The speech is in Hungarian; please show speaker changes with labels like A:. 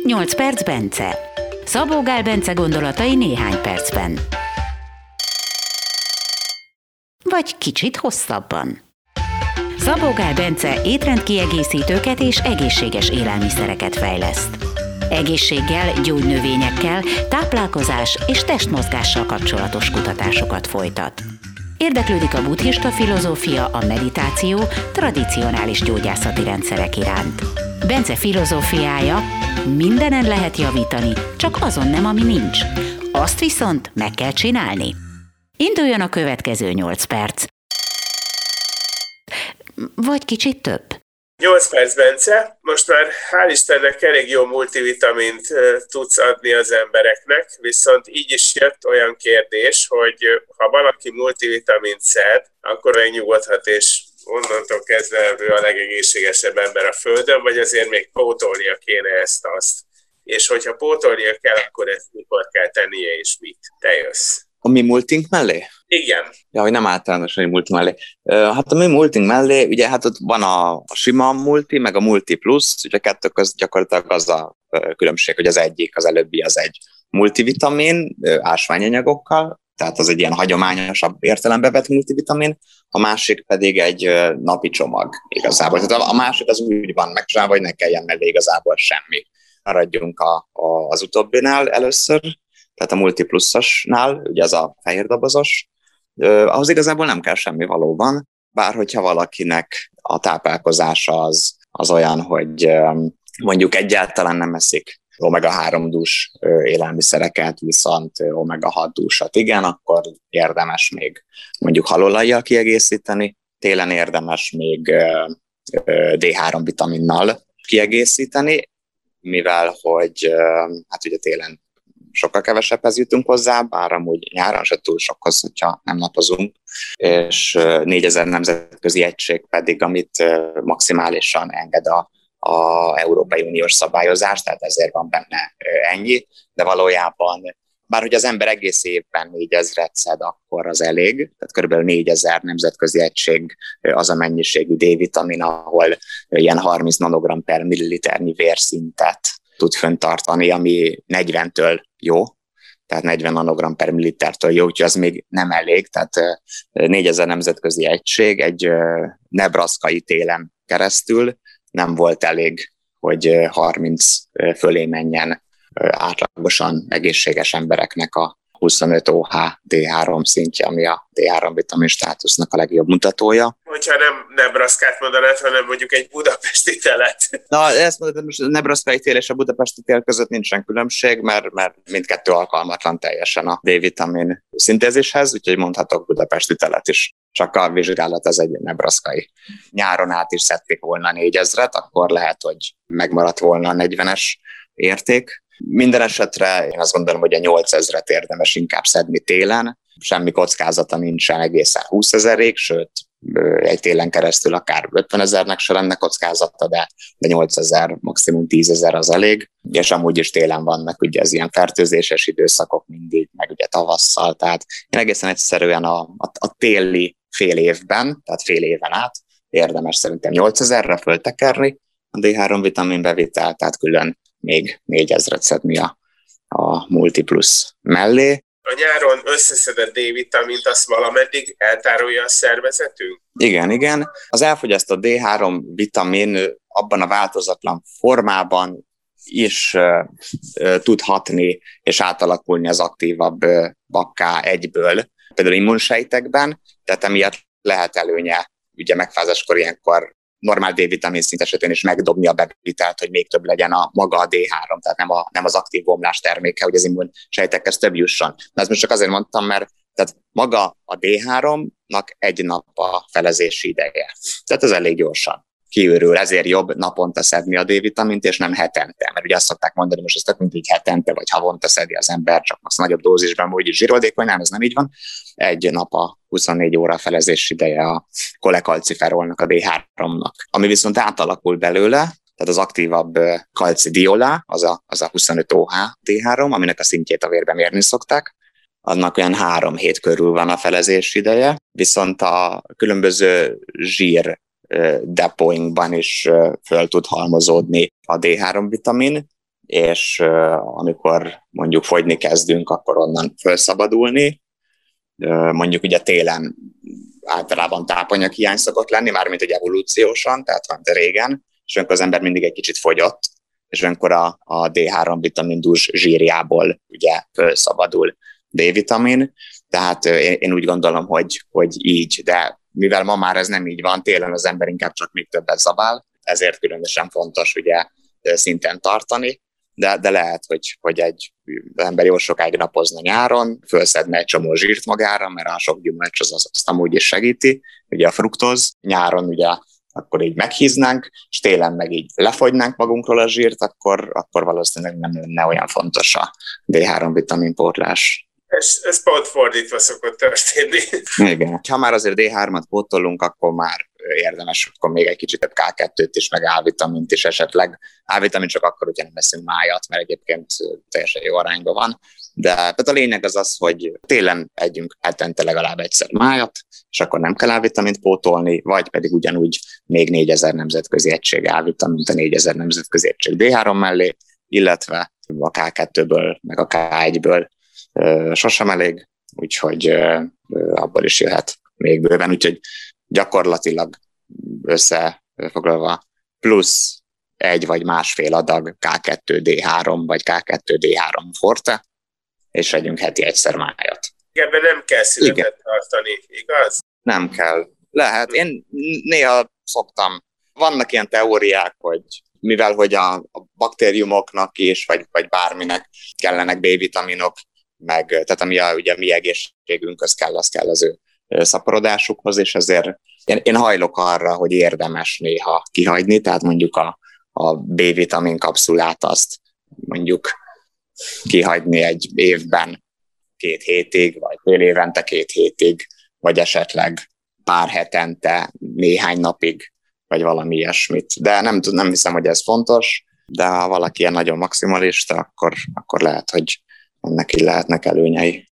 A: 8 perc Bence. Szabó Gál Bence gondolatai néhány percben. Vagy kicsit hosszabban. Szabó Gál Bence étrendkiegészítőket és egészséges élelmiszereket fejleszt. Egészséggel, gyógynövényekkel, táplálkozás és testmozgással kapcsolatos kutatásokat folytat. Érdeklődik a buddhista filozófia, a meditáció, tradicionális gyógyászati rendszerek iránt. Bence filozófiája: mindenen lehet javítani, csak azon nem, ami nincs. Azt viszont meg kell csinálni. Induljon a következő 8 perc. Vagy kicsit több.
B: 8 perc, Bence. Most már hál' Istennek elég jó multivitamint tudsz adni az embereknek, viszont így is jött olyan kérdés, hogy ha valaki multivitamint szed, akkor megnyugodhat, és onnantól kezdve ő a legegészségesebb ember a Földön, vagy azért még pótolnia kéne ezt-azt. És hogyha pótolnia kell, akkor ezt mikor kell tennie, és mit? Te jössz.
C: A mi multink mellé?
B: Igen.
C: Ja, hogy nem általánosan, hogy multi mellé. Hát a mi multink mellé, ugye hát ott van a sima multi, meg a multi plusz, ugye a kettő között gyakorlatilag az a különbség, hogy az egyik, az előbbi az egy multivitamin ásványanyagokkal, tehát az egy ilyen hagyományosabb értelembe vett multivitamin, a másik pedig egy napi csomag igazából. Tehát a másik az úgy van megcsinálva, hogy ne kelljen mellé igazából semmi. Maradjunk az utóbbinál először, tehát a multipluszosnál, ugye az a fehér dobozos, ahhoz igazából nem kell semmi valóban, bár hogyha valakinek a táplálkozása az olyan, hogy mondjuk egyáltalán nem eszik omega-3 dús élelmiszereket, viszont omega-6 dúsat igen, akkor érdemes még mondjuk halolajjal kiegészíteni, télen érdemes még D3 vitaminnal kiegészíteni, mivel hogy hát ugye télen sokkal kevesebbhez jutunk hozzá, bár amúgy nyáron se túl sokhoz, hogyha nem napozunk, és 4000 nemzetközi egység pedig, amit maximálisan enged a Európai Uniós szabályozás, tehát ezért van benne ennyi, de valójában, bár hogy az ember egész évben 4000-et szed, akkor az elég, tehát körülbelül 4000 nemzetközi egység az a mennyiségű D-vitamin, ahol ilyen 30 nanogram per milliliternyi vérszintet tud fenntartani, ami 40-től jó, tehát 40 nanogram per millilitertől jó, úgyhogy az még nem elég, tehát 4000 nemzetközi egység egy nebraskai télen keresztül nem volt elég, hogy 30 fölé menjen átlagosan egészséges embereknek a 25 OH D3 szintje, ami a D3 vitamin státusznak a legjobb mutatója.
B: Hogyha nem Nebraskát mondanád, hanem mondjuk egy budapesti telet.
C: Na, ezt mondom, most a nebraskai tél és a budapesti tél között nincsen különbség, mert mindkettő alkalmatlan teljesen a D-vitamin szintézishez, úgyhogy mondhatok budapesti telet is. Csak a vizsgálat az egy nebraskai. Nyáron át is szedték volna 4000-et, akkor lehet, hogy megmaradt volna a 40-es érték. Minden esetre én azt gondolom, hogy a 8000-et érdemes inkább szedni télen, semmi kockázata nincsen egészen 20 000-ig, sőt, egy télen keresztül akár 50 000-nek se lenne kockázata, de 8000, maximum 10 000 az elég, és amúgy is télen vannak ugye az ilyen fertőzéses időszakok mindig, meg ugye tavasszal, tehát én egészen egyszerűen a téli fél évben, tehát fél éven át érdemes szerintem 8000-re föltekerni a D3 vitamin bevitel, tehát külön még 4000-et szedni a multiplusz mellé.
B: A nyáron összeszedett D-vitamint azt valameddig eltárolja a szervezetünk?
C: Igen. Az elfogyasztott D3 vitamin abban a változatlan formában is tud hatni és átalakulni az aktívabb bakká egyből, például immunsejtekben, tehát emiatt lehet előnye ugye megfázáskor ilyenkor normál D-vitamin szint esetén is megdobni a bevitelt, hogy még több legyen a maga a D3, tehát nem az aktív bomlás terméke, hogy az immunsejtekhez több jusson. De ezt most csak azért mondtam, mert tehát maga a D3-nak egy nap a felezési ideje. Tehát ez elég gyorsan kiürül, ezért jobb naponta szedni a D-vitamint, és nem hetente. Mert ugye azt szokták mondani, most ez tök mindig hetente, vagy havonta szedi az ember, csak most nagyobb dózisban, hogy zsíroldékony, nem, ez nem így van. Egy nap a 24 óra felezés ideje a kolekalciferolnak, a D3-nak. Ami viszont átalakul belőle, tehát az aktívabb kalcidiola, az a 25 OH D3, aminek a szintjét a vérben mérni szokták, annak olyan 3 hét körül van a felezés ideje, viszont a különböző zsír depóinkban is föl tud halmozódni a D3 vitamin, és amikor mondjuk fogyni kezdünk, akkor onnan felszabadulni. Mondjuk ugye télen általában tápanyaghiány szokott lenni, mármint egy evolúciósan, tehát van régen, és olyankor az ember mindig egy kicsit fogyott, és olyankor a D3 vitamin dús zsírjából ugye felszabadul D-vitamin, tehát én úgy gondolom, hogy így, de mivel ma már ez nem így van, télen az ember inkább csak még többet zabál, ezért különösen fontos ugye szinten tartani, de lehet, hogy egy ember jó sokáig napozna nyáron, fölszedne egy csomó zsírt magára, mert a sok gyümölcs azt amúgy is segíti, ugye a fruktóz, nyáron ugye akkor így meghíznánk, és télen meg így lefogynánk magunkról a zsírt, akkor valószínűleg nem lenne olyan fontos a D3 vitaminpótlás.
B: Ez pont fordítva szokott történni.
C: Igen. Ha már azért D3-at pótolunk, akkor már érdemes akkor még egy kicsit K2-t is, meg A-vitamint is esetleg. A-vitamin csak akkor, hogyha nem veszünk májat, mert egyébként teljesen jó arányban van. De tehát a lényeg az, hogy télen együnk hetente legalább egyszer májat, és akkor nem kell A-vitamint pótolni, vagy pedig ugyanúgy még 4000 nemzetközi egység A-vitamint a 4000 nemzetközi egység D3 mellé, illetve a K2-ből, meg a K1-ből sosem elég, úgyhogy abból is jöhet még bőven, úgyhogy gyakorlatilag összefoglalva plusz 1 vagy másfél adag K2D3 vagy K2D3 forte, és együnk heti egyszer májat.
B: Ebben nem kell szünetet tartani, igaz?
C: Nem kell. Lehet. Én néha szoktam. Vannak ilyen teóriák, hogy mivel hogy a baktériumoknak is, vagy bárminek kellenek B-vitaminok, meg, tehát ami ugye a mi egészségünkhöz kell, az kell az ő szaporodásukhoz, és ezért én hajlok arra, hogy érdemes néha kihagyni, tehát mondjuk a B-vitamin kapszulát azt mondjuk kihagyni egy évben 2 hétig, vagy fél évente 2 hétig, vagy esetleg pár hetente, néhány napig, vagy valami ilyesmit. De nem hiszem, hogy ez fontos, de ha valaki ilyen nagyon maximalista, akkor lehet, hogy ennek így lehetnek előnyei.